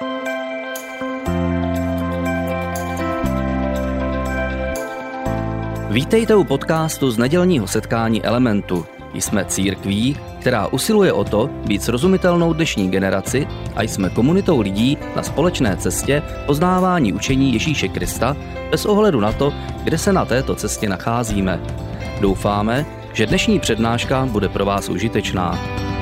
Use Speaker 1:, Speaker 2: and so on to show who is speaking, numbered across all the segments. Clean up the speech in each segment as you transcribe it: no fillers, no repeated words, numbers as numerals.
Speaker 1: Vítejte u podcastu z nedělního setkání Elementu. Jsme církví, která usiluje o to být srozumitelnou dnešní generaci a jsme komunitou lidí na společné cestě poznávání učení Ježíše Krista bez ohledu na to, kde se na této cestě nacházíme. Doufáme, že dnešní přednáška bude pro vás užitečná.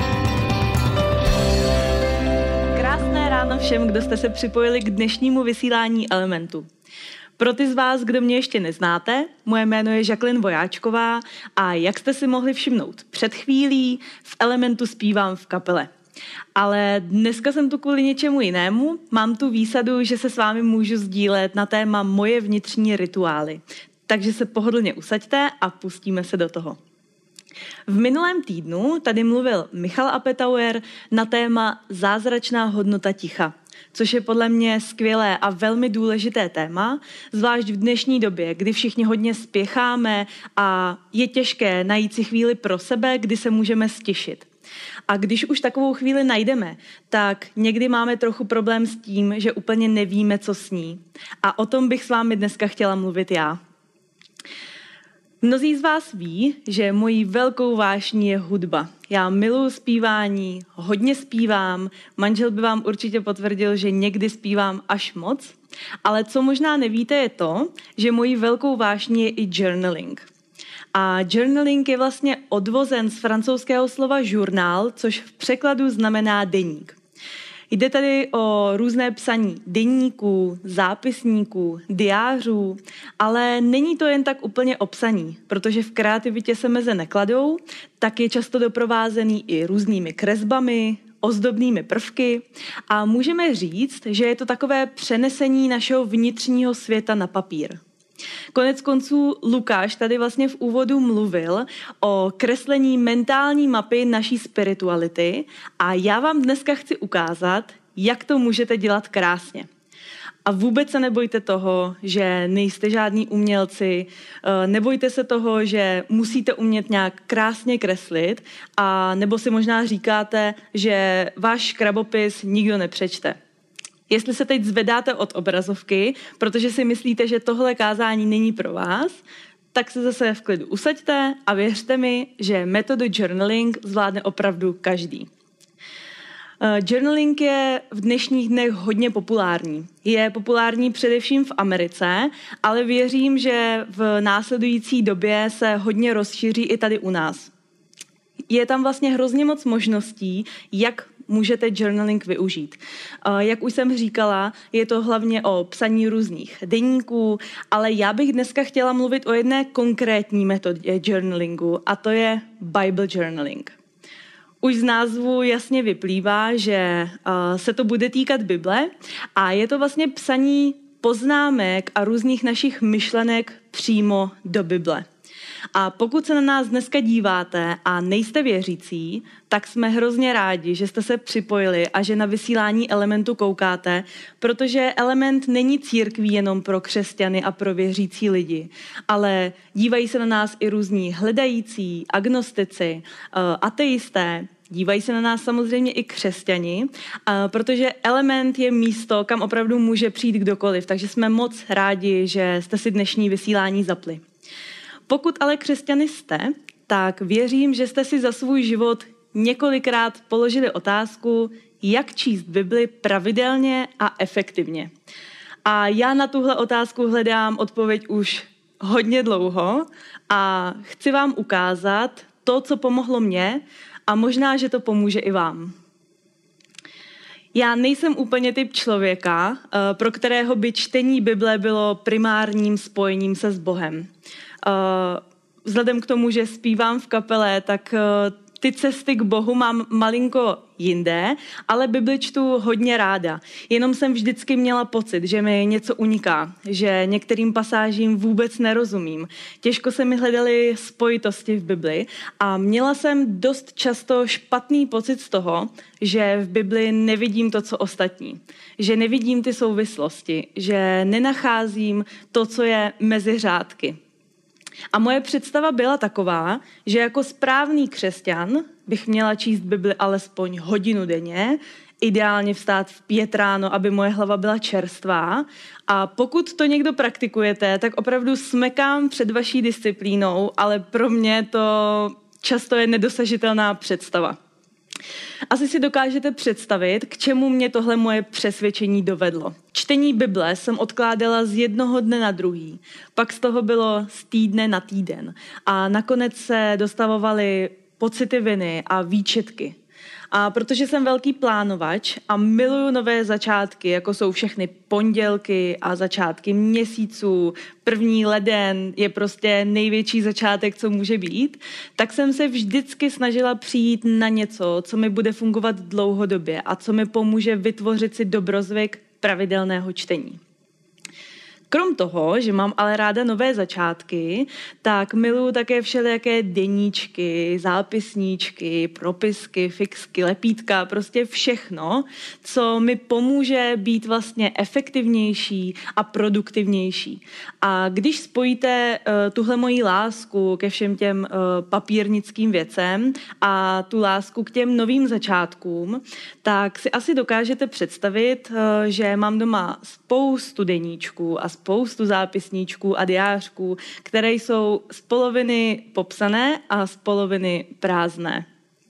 Speaker 2: Krásné ráno všem, kdo jste se připojili k dnešnímu vysílání Elementu. Pro ty z vás, kdo mě ještě neznáte, moje jméno je Jacqueline Vojáčková a jak jste si mohli všimnout před chvílí, v Elementu zpívám v kapele. Ale dneska jsem tu kvůli něčemu jinému, mám tu výsadu, že se s vámi můžu sdílet na téma moje vnitřní rituály. Takže se pohodlně usaďte a pustíme se do toho. V minulém týdnu tady mluvil Michal Apetauer na téma zázračná hodnota ticha, což je podle mě skvělé a velmi důležité téma, zvlášť v dnešní době, kdy všichni hodně spěcháme a je těžké najít si chvíli pro sebe, kdy se můžeme ztišit. A když už takovou chvíli najdeme, tak někdy máme trochu problém s tím, že úplně nevíme, co s ní. A o tom bych s vámi dneska chtěla mluvit já. Mnozí z vás ví, že mojí velkou vášní je hudba. Já miluji zpívání, hodně zpívám, manžel by vám určitě potvrdil, že někdy zpívám až moc, ale co možná nevíte je to, že mojí velkou vášní je i journaling. A journaling je vlastně odvozen z francouzského slova journal, což v překladu znamená deník. Jde tady o různé psaní deníků, zápisníků, diářů, ale není to jen tak úplně o psaní, protože v kreativitě se meze nekladou, tak je často doprovázený i různými kresbami, ozdobnými prvky a můžeme říct, že je to takové přenesení našeho vnitřního světa na papír. Konec konců Lukáš tady vlastně v úvodu mluvil o kreslení mentální mapy naší spirituality a já vám dneska chci ukázat, jak to můžete dělat krásně. A vůbec se nebojte toho, že nejste žádní umělci, nebojte se toho, že musíte umět nějak krásně kreslit a nebo si možná říkáte, že váš škrabopis nikdo nepřečte. Jestli se teď zvedáte od obrazovky, protože si myslíte, že tohle kázání není pro vás, tak se zase v klidu usaďte a věřte mi, že metodu journaling zvládne opravdu každý. Journaling je v dnešních dnech hodně populární. Je populární především v Americe, ale věřím, že v následující době se hodně rozšíří i tady u nás. Je tam vlastně hrozně moc možností, jak můžete journaling využít. Jak už jsem říkala, je to hlavně o psaní různých deníků, ale já bych dneska chtěla mluvit o jedné konkrétní metodě journalingu a to je Bible journaling. Už z názvu jasně vyplývá, že se to bude týkat Bible a je to vlastně psaní poznámek a různých našich myšlenek přímo do Bible. A pokud se na nás dneska díváte a nejste věřící, tak jsme hrozně rádi, že jste se připojili a že na vysílání Elementu koukáte, protože Element není církví jenom pro křesťany a pro věřící lidi, ale dívají se na nás i různí hledající, agnostici, ateisté, dívají se na nás samozřejmě i křesťani, protože Element je místo, kam opravdu může přijít kdokoliv, takže jsme moc rádi, že jste si dnešní vysílání zapli. Pokud ale křesťany jste, tak věřím, že jste si za svůj život několikrát položili otázku, jak číst Bibli pravidelně a efektivně. A já na tuhle otázku hledám odpověď už hodně dlouho a chci vám ukázat to, co pomohlo mně a možná, že to pomůže i vám. Já nejsem úplně typ člověka, pro kterého by čtení Bible bylo primárním spojením se s Bohem. Vzhledem k tomu, že zpívám v kapele, tak ty cesty k Bohu mám malinko jinde, ale Bibli čtu hodně ráda. Jenom jsem vždycky měla pocit, že mi něco uniká, že některým pasážím vůbec nerozumím. Těžko se mi hledaly spojitosti v Bibli a měla jsem dost často špatný pocit z toho, že v Bibli nevidím to, co ostatní. Že nevidím ty souvislosti, že nenacházím to, co je mezi řádky. A moje představa byla taková, že jako správný křesťan bych měla číst Bibli alespoň hodinu denně, ideálně vstát v 5 ráno, aby moje hlava byla čerstvá. A pokud to někdo praktikujete, tak opravdu smekám před vaší disciplínou, ale pro mě to často je nedosažitelná představa. Asi si dokážete představit, k čemu mě tohle moje přesvědčení dovedlo. Čtení Bible jsem odkládala z jednoho dne na druhý, pak z toho bylo z týdne na týden a nakonec se dostavovaly pocity viny a výčitky. A protože jsem velký plánovač a miluju nové začátky, jako jsou všechny pondělky a začátky měsíců, 1. leden je prostě největší začátek, co může být, tak jsem se vždycky snažila přijít na něco, co mi bude fungovat dlouhodobě a co mi pomůže vytvořit si dobrozvyk pravidelného čtení. Krom toho, že mám ale ráda nové začátky, tak miluju také všelijaké deníčky, zápisníčky, propisky, fixky, lepítka, prostě všechno, co mi pomůže být vlastně efektivnější a produktivnější. A když spojíte tuhle moji lásku ke všem těm papírnickým věcem a tu lásku k těm novým začátkům, tak si asi dokážete představit, že mám doma spoustu deníčků a spoustu zápisníčků a diářků, které jsou z poloviny popsané a z poloviny prázdné.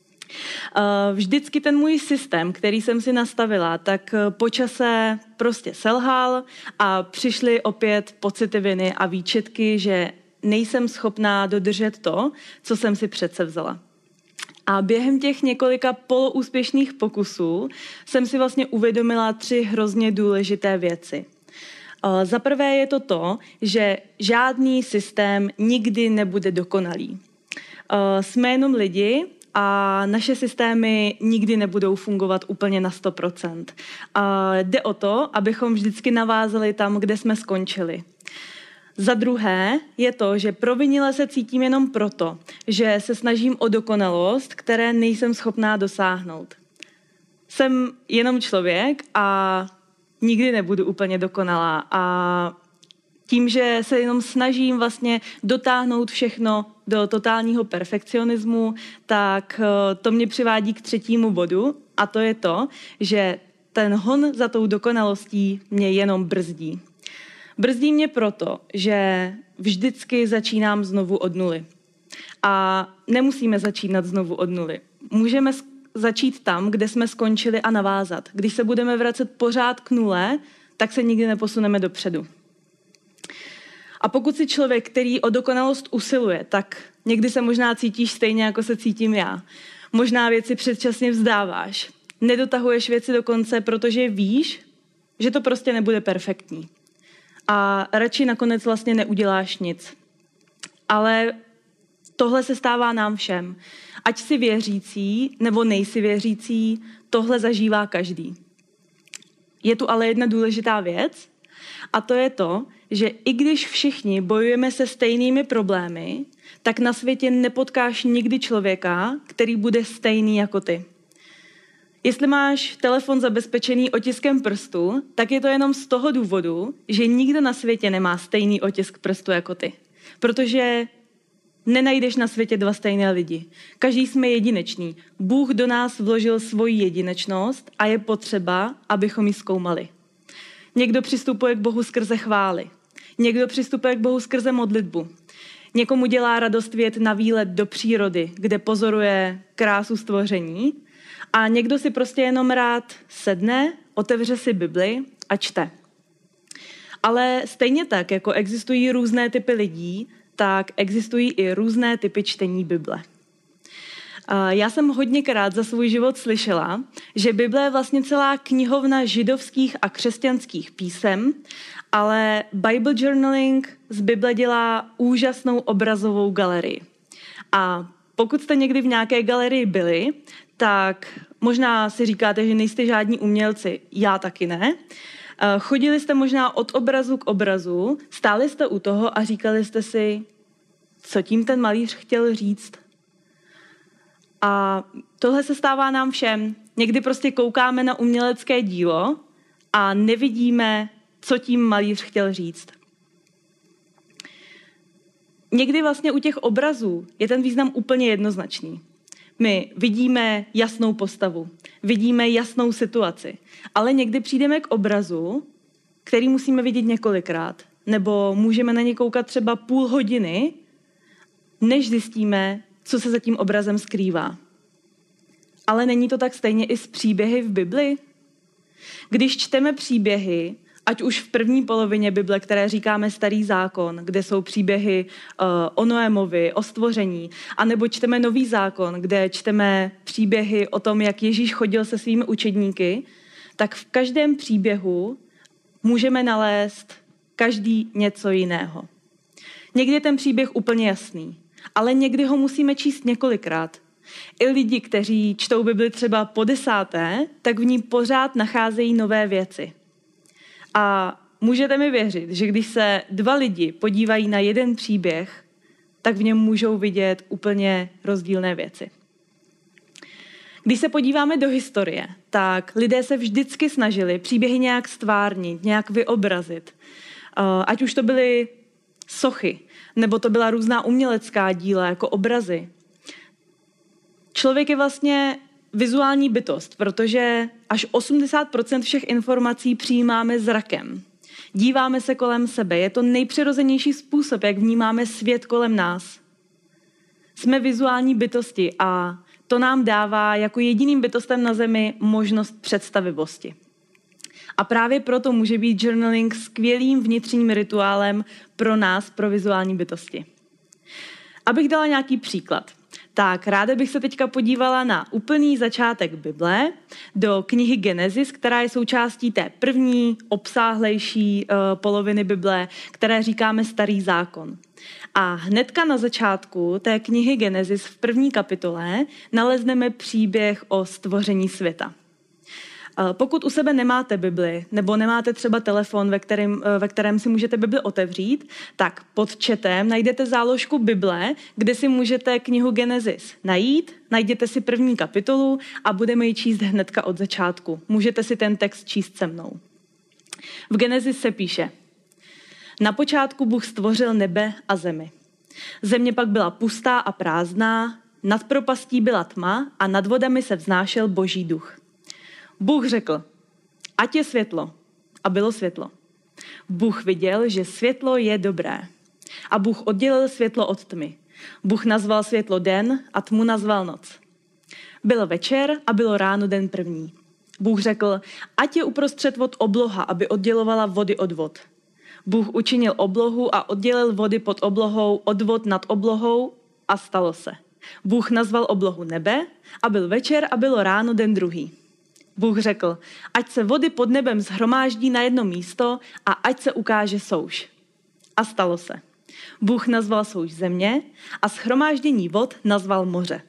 Speaker 2: Vždycky ten můj systém, který jsem si nastavila, tak po čase prostě selhal a přišly opět pocity viny a výčitky, že nejsem schopná dodržet to, co jsem si předsevzala. A během těch několika poloúspěšných pokusů jsem si vlastně uvědomila 3 hrozně důležité věci. Za prvé je to, že žádný systém nikdy nebude dokonalý. Jsme jenom lidi a naše systémy nikdy nebudou fungovat úplně na 100%. Jde o to, abychom vždycky navázali tam, kde jsme skončili. Za druhé je to, že provinile se cítím jenom proto, že se snažím o dokonalost, které nejsem schopná dosáhnout. Jsem jenom člověk a nikdy nebudu úplně dokonalá a tím, že se jenom snažím vlastně dotáhnout všechno do totálního perfekcionismu, tak to mě přivádí k 3. bodu a to je to, že ten hon za tou dokonalostí mě jenom brzdí. Brzdí mě proto, že vždycky začínám znovu od nuly. A nemusíme začínat znovu od nuly. Můžeme začít tam, kde jsme skončili a navázat. Když se budeme vracet pořád k nule, tak se nikdy neposuneme dopředu. A pokud si člověk, který o dokonalost usiluje, tak někdy se možná cítíš stejně, jako se cítím já. Možná věci předčasně vzdáváš. Nedotahuješ věci do konce, protože víš, že to prostě nebude perfektní. A radši nakonec vlastně neuděláš nic. Ale tohle se stává nám všem. Ať jsi věřící nebo nejsi věřící, tohle zažívá každý. Je tu ale jedna důležitá věc a to je to, že i když všichni bojujeme se stejnými problémy, tak na světě nepotkáš nikdy člověka, který bude stejný jako ty. Jestli máš telefon zabezpečený otiskem prstu, tak je to jenom z toho důvodu, že nikdo na světě nemá stejný otisk prstu jako ty. Protože nenajdeš na světě 2 stejné lidi. Každý jsme jedinečný. Bůh do nás vložil svoji jedinečnost a je potřeba, abychom ji zkoumali. Někdo přistupuje k Bohu skrze chvály. Někdo přistupuje k Bohu skrze modlitbu. Někomu dělá radost vyjet na výlet do přírody, kde pozoruje krásu stvoření. A někdo si prostě jenom rád sedne, otevře si Bibli a čte. Ale stejně tak, jako existují různé typy lidí, tak existují i různé typy čtení Bible. Já jsem hodněkrát za svůj život slyšela, že Bible je vlastně celá knihovna židovských a křesťanských písem, ale Bible journaling z Bible dělá úžasnou obrazovou galerii. A pokud jste někdy v nějaké galerii byli, tak možná si říkáte, že nejste žádní umělci, já taky ne. Chodili jste možná od obrazu k obrazu, stáli jste u toho a říkali jste si, co tím ten malíř chtěl říct. A tohle se stává nám všem. Někdy prostě koukáme na umělecké dílo a nevidíme, co tím malíř chtěl říct. Někdy vlastně u těch obrazů je ten význam úplně jednoznačný. My vidíme jasnou postavu, vidíme jasnou situaci, ale někdy přijdeme k obrazu, který musíme vidět několikrát, nebo můžeme na ně koukat třeba půl hodiny, než zjistíme, co se za tím obrazem skrývá. Ale není to tak stejně i s příběhy v Bibli? Když čteme příběhy, ať už v první polovině Bible, které říkáme Starý zákon, kde jsou příběhy o Noémovi, o stvoření, anebo čteme Nový zákon, kde čteme příběhy o tom, jak Ježíš chodil se svými učedníky, tak v každém příběhu můžeme nalézt každý něco jiného. Někdy je ten příběh úplně jasný, ale někdy ho musíme číst několikrát. I lidi, kteří čtou Bibli třeba po 10., tak v ní pořád nacházejí nové věci. A můžete mi věřit, že když se 2 lidi podívají na jeden příběh, tak v něm můžou vidět úplně rozdílné věci. Když se podíváme do historie, tak lidé se vždycky snažili příběhy nějak stvárnit, nějak vyobrazit. Ať už to byly sochy, nebo to byla různá umělecká díla, jako obrazy. Člověk je vlastně vizuální bytost, protože až 80% všech informací přijímáme zrakem. Díváme se kolem sebe. Je to nejpřirozenější způsob, jak vnímáme svět kolem nás. Jsme vizuální bytosti a to nám dává jako jediným bytostem na Zemi možnost představivosti. A právě proto může být journaling skvělým vnitřním rituálem pro nás, pro vizuální bytosti. Abych dala nějaký příklad. Tak ráda bych se teďka podívala na úplný začátek Bible, do knihy Genesis, která je součástí té první, obsáhlejší poloviny Bible, které říkáme Starý zákon. A hnedka na začátku té knihy Genesis v 1. kapitole nalezneme příběh o stvoření světa. Pokud u sebe nemáte Bibli, nebo nemáte třeba telefon, ve kterém si můžete Bibli otevřít, tak pod chatem najdete záložku Bible, kde si můžete knihu Genesis najít, najděte si 1. kapitolu a budeme ji číst hnedka od začátku. Můžete si ten text číst se mnou. V Genesis se píše: Na počátku Bůh stvořil nebe a zemi. Země pak byla pustá a prázdná, nad propastí byla tma a nad vodami se vznášel Boží duch. Bůh řekl: ať je světlo, a bylo světlo. Bůh viděl, že světlo je dobré. A Bůh oddělil světlo od tmy. Bůh nazval světlo den a tmu nazval noc. Bylo večer a bylo ráno den první. Bůh řekl: ať je uprostřed vod obloha, aby oddělovala vody od vod. Bůh učinil oblohu a oddělil vody pod oblohou od vod nad oblohou a stalo se. Bůh nazval oblohu nebe a byl večer a bylo ráno den druhý. Bůh řekl: ať se vody pod nebem shromáždí na jedno místo a ať se ukáže souš. A stalo se. Bůh nazval souš země a shromáždění vod nazval moře.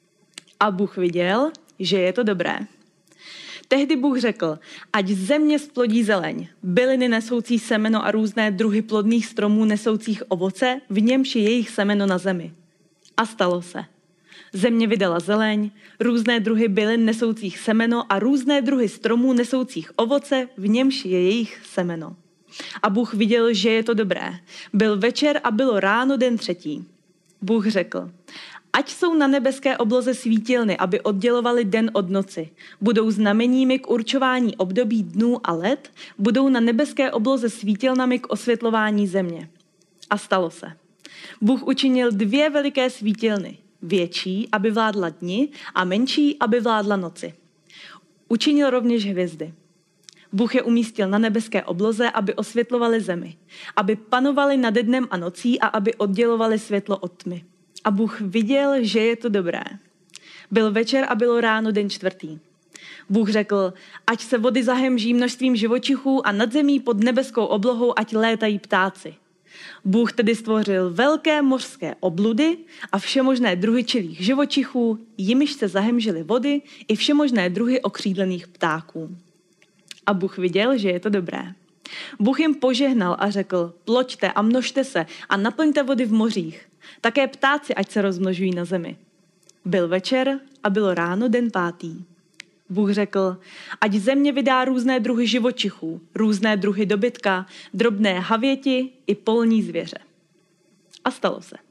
Speaker 2: A Bůh viděl, že je to dobré. Tehdy Bůh řekl: ať země splodí zeleň, byliny nesoucí semeno a různé druhy plodných stromů nesoucích ovoce, v němž je jejich semeno na zemi. A stalo se. Země vydala zeleň, různé druhy bylin nesoucích semeno a různé druhy stromů nesoucích ovoce, v němž je jejich semeno. A Bůh viděl, že je to dobré. Byl večer a bylo ráno den třetí. Bůh řekl: ať jsou na nebeské obloze svítilny, aby oddělovaly den od noci. Budou znameními k určování období dnů a let, budou na nebeské obloze svítilnami k osvětlování země. A stalo se. Bůh učinil 2 veliké svítilny, větší, aby vládla dni, a menší, aby vládla noci. Učinil rovněž hvězdy. Bůh je umístil na nebeské obloze, aby osvětlovaly zemi, aby panovaly nad dnem a nocí a aby oddělovaly světlo od tmy. A Bůh viděl, že je to dobré. Byl večer a bylo ráno den čtvrtý. Bůh řekl: ať se vody zahemží množstvím živočichů a nad zemí pod nebeskou oblohou ať létají ptáci. Bůh tedy stvořil velké mořské obludy a všemožné druhy čilých živočichů, jimiž se zahemžily vody, i všemožné druhy okřídlených ptáků. A Bůh viděl, že je to dobré. Bůh jim požehnal a řekl: ploďte a množte se a naplňte vody v mořích. Také ptáci ať se rozmnožují na zemi. Byl večer a bylo ráno den pátý. Bůh řekl: ať země vydá různé druhy živočichů, různé druhy dobytka, drobné havěti i polní zvěře. A stalo se.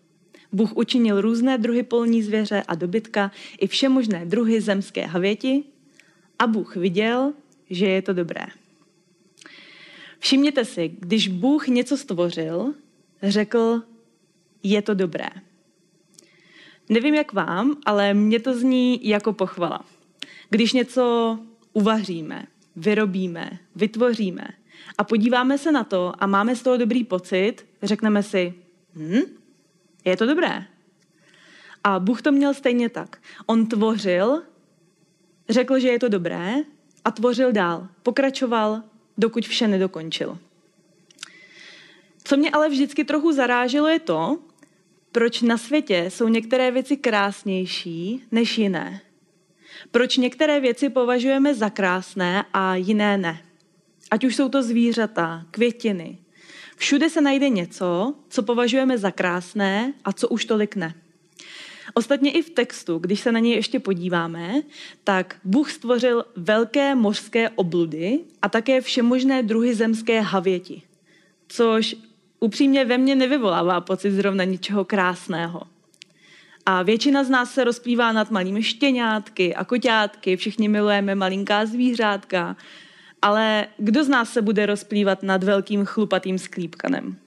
Speaker 2: Bůh učinil různé druhy polní zvěře a dobytka i všemožné druhy zemské havěti a Bůh viděl, že je to dobré. Všimněte si, když Bůh něco stvořil, řekl, je to dobré. Nevím, jak vám, ale mně to zní jako pochvala. Když něco uvaříme, vyrobíme, vytvoříme a podíváme se na to a máme z toho dobrý pocit, řekneme si, je to dobré. A Bůh to měl stejně tak. On tvořil, řekl, že je to dobré a tvořil dál. Pokračoval, dokud vše nedokončil. Co mě ale vždycky trochu zaráželo je to, proč na světě jsou některé věci krásnější než jiné. Proč některé věci považujeme za krásné a jiné ne. Ať už jsou to zvířata, květiny. Všude se najde něco, co považujeme za krásné a co už tolik ne. Ostatně i v textu, když se na něj ještě podíváme, tak Bůh stvořil velké mořské obludy a také všemožné druhy zemské havěti, což upřímně ve mně nevyvolává pocit zrovna ničeho krásného. A většina z nás se rozplývá nad malými štěňátky a koťátky, všichni milujeme malinká zvířátka, ale kdo z nás se bude rozplývat nad velkým chlupatým sklípkanem?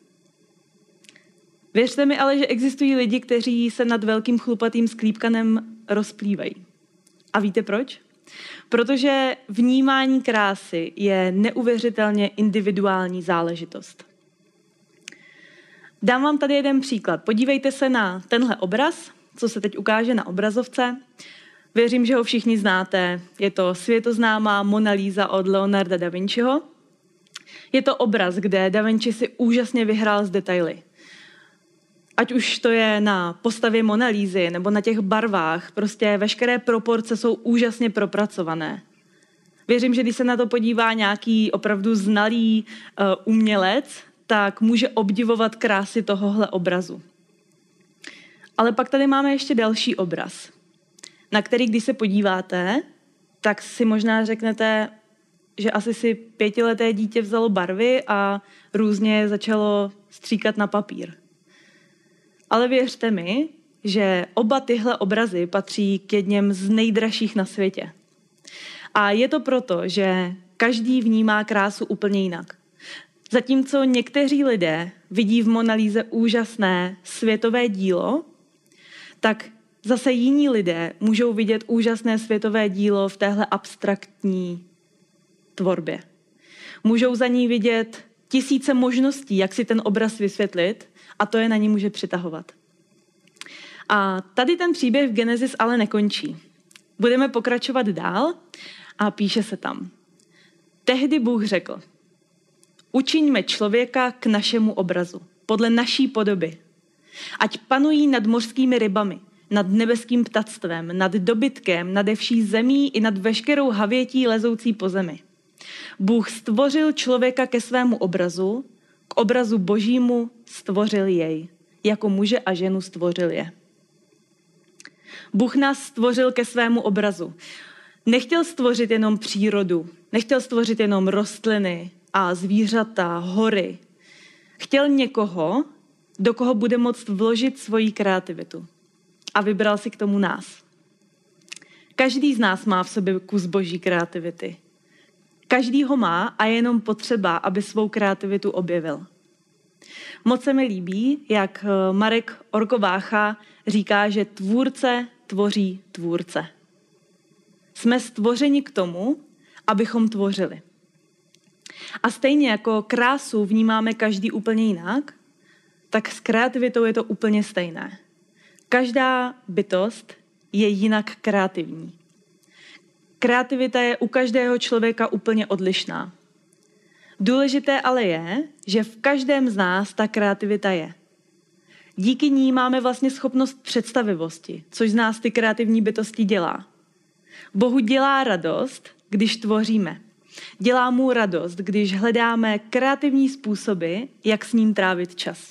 Speaker 2: Věřte mi ale, že existují lidi, kteří se nad velkým chlupatým sklípkanem rozplývají. A víte proč? Protože vnímání krásy je neuvěřitelně individuální záležitost. Dám vám tady jeden příklad. Podívejte se na tenhle obraz, co se teď ukáže na obrazovce. Věřím, že ho všichni znáte. Je to světoznámá Mona Lisa od Leonarda da Vinciho. Je to obraz, kde Da Vinci si úžasně vyhrál s detaily. Ať už to je na postavě Mona Lisy nebo na těch barvách, prostě veškeré proporce jsou úžasně propracované. Věřím, že když se na to podívá nějaký opravdu znalý umělec, tak může obdivovat krásy tohohle obrazu. Ale pak tady máme ještě další obraz, na který, když se podíváte, tak si možná řeknete, že asi si 5leté dítě vzalo barvy a různě je začalo stříkat na papír. Ale věřte mi, že oba tyhle obrazy patří k jedním z nejdražších na světě. A je to proto, že každý vnímá krásu úplně jinak. Zatímco někteří lidé vidí v Mona Lise úžasné světové dílo, tak zase jiní lidé můžou vidět úžasné světové dílo v téhle abstraktní tvorbě. Můžou za ní vidět tisíce možností, jak si ten obraz vysvětlit, a to je na ní může přitahovat. A tady ten příběh v Genesis ale nekončí. Budeme pokračovat dál a píše se tam. Tehdy Bůh řekl, učiňme člověka k našemu obrazu, podle naší podoby. Ať panují nad mořskými rybami, nad nebeským ptactvem, nad dobytkem, nade vší zemí i nad veškerou havětí lezoucí po zemi. Bůh stvořil člověka ke svému obrazu, k obrazu Božímu stvořil jej, jako muže a ženu stvořil je. Bůh nás stvořil ke svému obrazu. Nechtěl stvořit jenom přírodu, nechtěl stvořit jenom rostliny a zvířata, hory. Chtěl někoho, do koho bude moct vložit svoji kreativitu. A vybral si k tomu nás. Každý z nás má v sobě kus boží kreativity. Každý ho má a je jenom potřeba, aby svou kreativitu objevil. Moc se mi líbí, jak Marek Orkovácha říká, že tvůrce tvoří tvůrce. Jsme stvořeni k tomu, abychom tvořili. A stejně jako krásu vnímáme každý úplně jinak, tak s kreativitou je to úplně stejné. Každá bytost je jinak kreativní. Kreativita je u každého člověka úplně odlišná. Důležité ale je, že v každém z nás ta kreativita je. Díky ní máme vlastně schopnost představivosti, což z nás ty kreativní bytosti dělá. Bohu dělá radost, když tvoříme. Dělá mu radost, když hledáme kreativní způsoby, jak s ním trávit čas.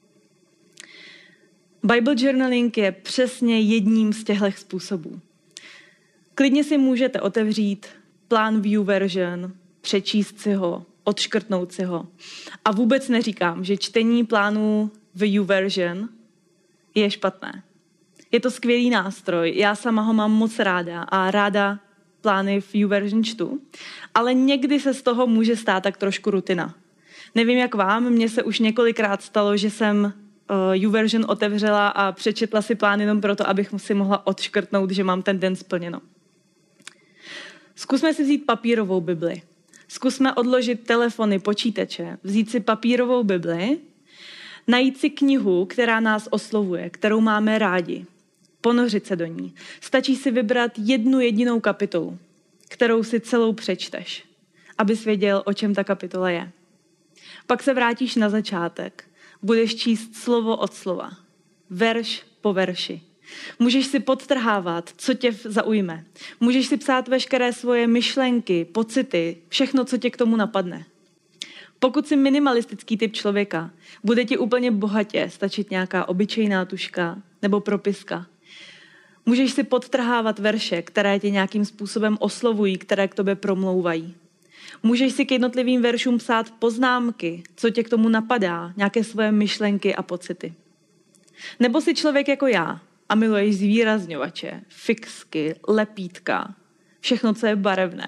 Speaker 2: Bible journaling je přesně jedním z těchto způsobů. Klidně si můžete otevřít plán View Version, přečíst si ho, odškrtnout si ho. A vůbec neříkám, že čtení plánu View Version je špatné. Je to skvělý nástroj, já sama ho mám moc ráda a ráda plány v YouVersion čtu, ale někdy se z toho může stát tak trošku rutina. Nevím jak vám, mně se už několikrát stalo, že jsem YouVersion otevřela a přečetla si plán jenom proto, abych si mohla odškrtnout, že mám ten den splněno. Zkusme si vzít papírovou Bibli. Zkusme odložit telefony, počítače, vzít si papírovou Bibli, najít si knihu, která nás oslovuje, kterou máme rádi, ponořit se do ní. Stačí si vybrat jednu jedinou kapitolu, kterou si celou přečteš, abys věděl, o čem ta kapitola je. Pak se vrátíš na začátek. Budeš číst slovo od slova, verš po verši. Můžeš si podtrhávat, co tě zaujme. Můžeš si psát veškeré svoje myšlenky, pocity, všechno, co tě k tomu napadne. Pokud jsi minimalistický typ člověka, bude ti úplně bohatě stačit nějaká obyčejná tužka nebo propiska. Můžeš si podtrhávat verše, které tě nějakým způsobem oslovují, které k tobě promlouvají. Můžeš si k jednotlivým veršům psát poznámky, co tě k tomu napadá, nějaké svoje myšlenky a pocity. Nebo jsi člověk jako já a miluješ zvýrazňovače, fixky, lepítka, všechno, co je barevné.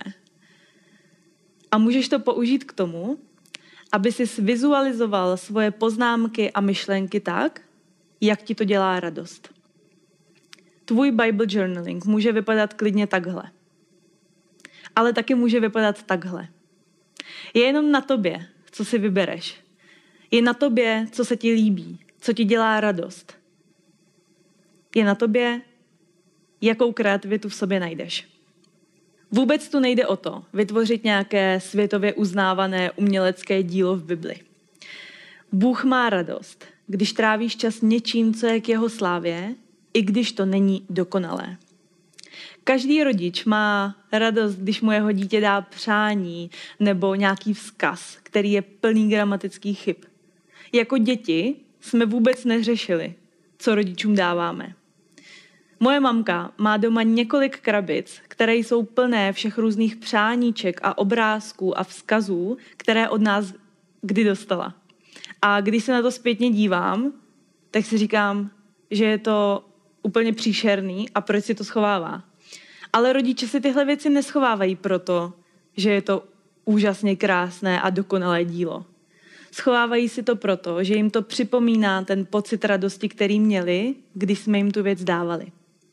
Speaker 2: A můžeš to použít k tomu, aby si vizualizoval svoje poznámky a myšlenky tak, jak ti to dělá radost. Tvůj Bible journaling může vypadat klidně takhle. Ale taky může vypadat takhle. Je jenom na tobě, co si vybereš. Je na tobě, co se ti líbí, co ti dělá radost. Je na tobě, jakou kreativitu v sobě najdeš. Vůbec tu nejde o to, vytvořit nějaké světově uznávané umělecké dílo v Bibli. Bůh má radost, když trávíš čas něčím, co je k jeho slávě, i když to není dokonalé. Každý rodič má radost, když mu jeho dítě dá přání nebo nějaký vzkaz, který je plný gramatických chyb. Jako děti jsme vůbec neřešili, co rodičům dáváme. Moje mamka má doma několik krabic, které jsou plné všech různých přáníček a obrázků a vzkazů, které od nás kdy dostala. A když se na to zpětně dívám, tak si říkám, že je to úplně příšerný a proč si to schovává. Ale rodiče si tyhle věci neschovávají proto, že je to úžasně krásné a dokonalé dílo. Schovávají si to proto, že jim to připomíná ten pocit radosti, který měli, když jsme jim tu věc dávali.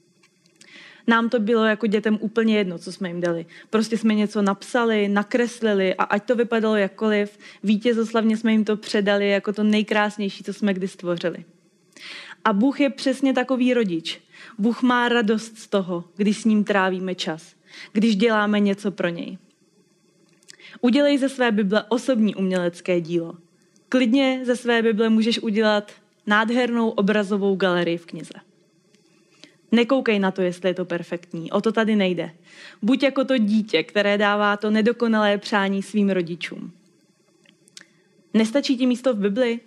Speaker 2: Nám to bylo jako dětem úplně jedno, co jsme jim dali. Prostě jsme něco napsali, nakreslili a ať to vypadalo jakkoliv, vítězoslavně jsme jim to předali jako to nejkrásnější, co jsme kdy stvořili. A Bůh je přesně takový rodič. Bůh má radost z toho, když s ním trávíme čas, když děláme něco pro něj. Udělej ze své Bible osobní umělecké dílo. Klidně ze své Bible můžeš udělat nádhernou obrazovou galerii v knize. Nekoukej na to, jestli je to perfektní, o to tady nejde. Buď jako to dítě, které dává to nedokonalé přání svým rodičům. Nestačí ti místo v Bibli?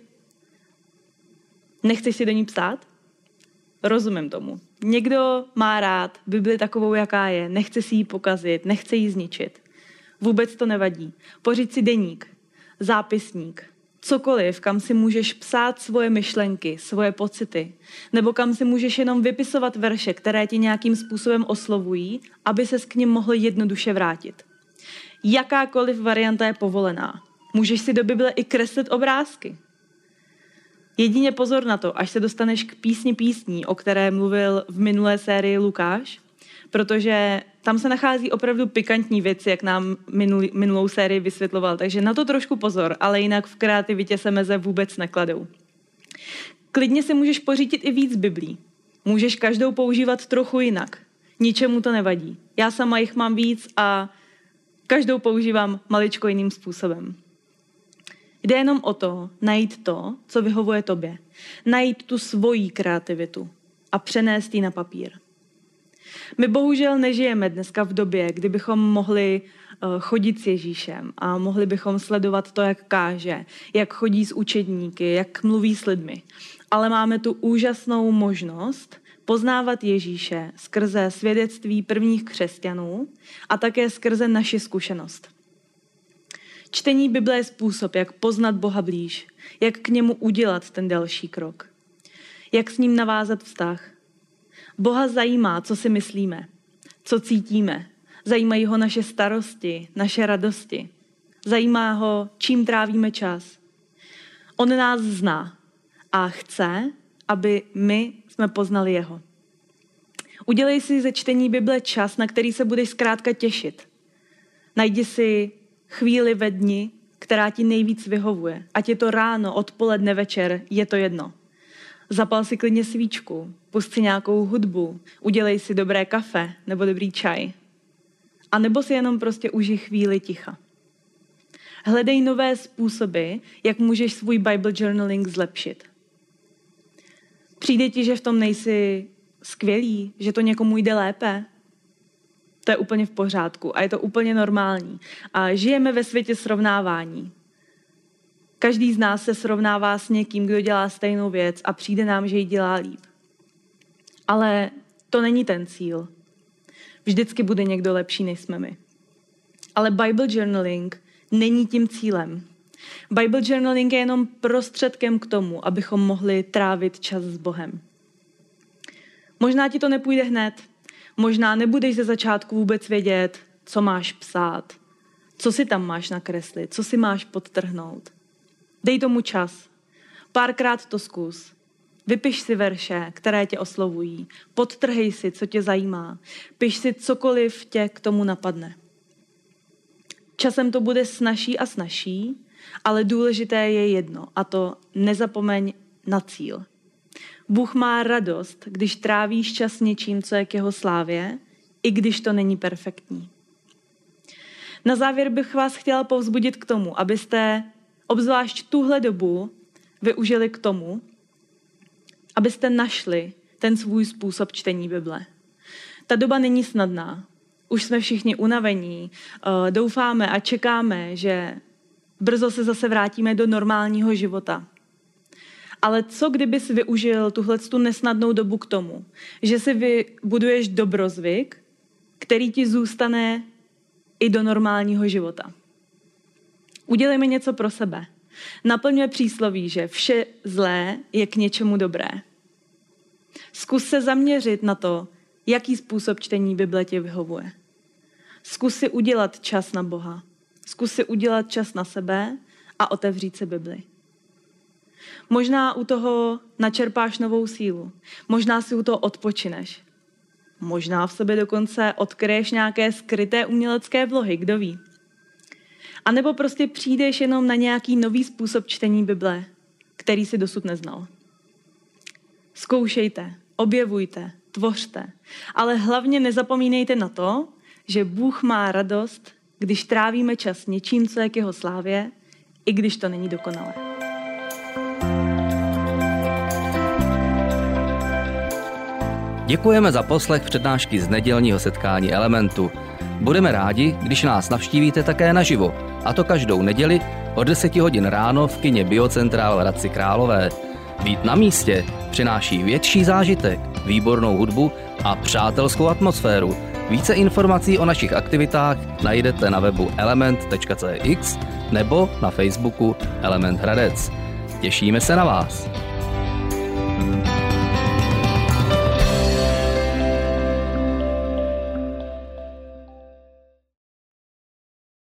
Speaker 2: Nechceš si do ní psát? Rozumím tomu. Někdo má rád Bibli takovou, jaká je, nechce si ji pokazit, nechce ji zničit. Vůbec to nevadí. Pořiď si deník, zápisník, cokoliv, kam si můžeš psát svoje myšlenky, svoje pocity, nebo kam si můžeš jenom vypisovat verše, které ti nějakým způsobem oslovují, aby ses k nim mohl jednoduše vrátit. Jakákoliv varianta je povolená. Můžeš si do Bible i kreslit obrázky. Jedině pozor na to, až se dostaneš k písní, o které mluvil v minulé sérii Lukáš, protože tam se nachází opravdu pikantní věci, jak nám minulou sérii vysvětloval, takže na to trošku pozor, ale jinak v kreativitě se meze vůbec nekladou. Klidně si můžeš pořídit i víc Biblí. Můžeš každou používat trochu jinak. Ničemu to nevadí. Já sama jich mám víc a každou používám maličko jiným způsobem. Jde jenom o to, najít to, co vyhovuje tobě. Najít tu svoji kreativitu a přenést ji na papír. My bohužel nežijeme dneska v době, kdy bychom mohli chodit s Ježíšem a mohli bychom sledovat to, jak káže, jak chodí s učedníky, jak mluví s lidmi. Ale máme tu úžasnou možnost poznávat Ježíše skrze svědectví prvních křesťanů a také skrze naši zkušenost. Čtení Bible je způsob, jak poznat Boha blíž, jak k němu udělat ten další krok. Jak s ním navázat vztah? Boha zajímá, co si myslíme, co cítíme. Zajímají ho naše starosti, naše radosti. Zajímá ho, čím trávíme čas. On nás zná a chce, aby my jsme poznali jeho. Udělej si ze čtení Bible čas, na který se budeš zkrátka těšit. Najdi si chvíli ve dni, která ti nejvíc vyhovuje. Ať je to ráno, odpoledne, večer, je to jedno. Zapal si klidně svíčku, pust si nějakou hudbu, udělej si dobré kafe nebo dobrý čaj. A nebo si jenom prostě užij chvíli ticha. Hledej nové způsoby, jak můžeš svůj Bible journaling zlepšit. Přijde ti, že v tom nejsi skvělý, že to někomu jde lépe? To je úplně v pořádku a je to úplně normální. A žijeme ve světě srovnávání. Každý z nás se srovnává s někým, kdo dělá stejnou věc a přijde nám, že ji dělá líp. Ale to není ten cíl. Vždycky bude někdo lepší, než jsme my. Ale Bible journaling není tím cílem. Bible journaling je jenom prostředkem k tomu, abychom mohli trávit čas s Bohem. Možná ti to nepůjde hned. Možná nebudeš ze začátku vůbec vědět, co máš psát, co si tam máš nakreslit, co si máš podtrhnout. Dej tomu čas. Párkrát to zkus. Vypiš si verše, které tě oslovují. Podtrhej si, co tě zajímá. Piš si cokoliv tě k tomu napadne. Časem to bude snazší a snazší, ale důležité je jedno, a to nezapomeň na cíl. Bůh má radost, když trávíš čas něčím, co je k jeho slávě, i když to není perfektní. Na závěr bych vás chtěla povzbudit k tomu, abyste obzvlášť tuhle dobu využili k tomu, abyste našli ten svůj způsob čtení Bible. Ta doba není snadná. Už jsme všichni unavení, doufáme a čekáme, že brzo se zase vrátíme do normálního života. Ale co kdyby jsi využil tuhletu nesnadnou dobu k tomu, že si vybuduješ dobrozvyk, který ti zůstane i do normálního života. Udělejme něco pro sebe. Naplňme přísloví, že vše zlé je k něčemu dobré. Zkus se zaměřit na to, jaký způsob čtení Bible tě vyhovuje. Zkus si udělat čas na Boha. Zkus si udělat čas na sebe a otevřít si Bibli. Možná u toho načerpáš novou sílu. Možná si u toho odpočineš. Možná v sobě dokonce odkryješ nějaké skryté umělecké vlohy, kdo ví. A nebo prostě přijdeš jenom na nějaký nový způsob čtení Bible, který si dosud neznal. Zkoušejte, objevujte, tvořte, ale hlavně nezapomínejte na to, že Bůh má radost, když trávíme čas něčím, co je k jeho slávě, i když to není dokonalé.
Speaker 1: Děkujeme za poslech přednášky z nedělního setkání Elementu. Budeme rádi, když nás navštívíte také naživo, a to každou neděli od 10 hodin ráno v kině Biocentrál v Hradci Králové. Být na místě přináší větší zážitek, výbornou hudbu a přátelskou atmosféru. Více informací o našich aktivitách najdete na webu element.cx nebo na Facebooku Element Hradec. Těšíme se na vás.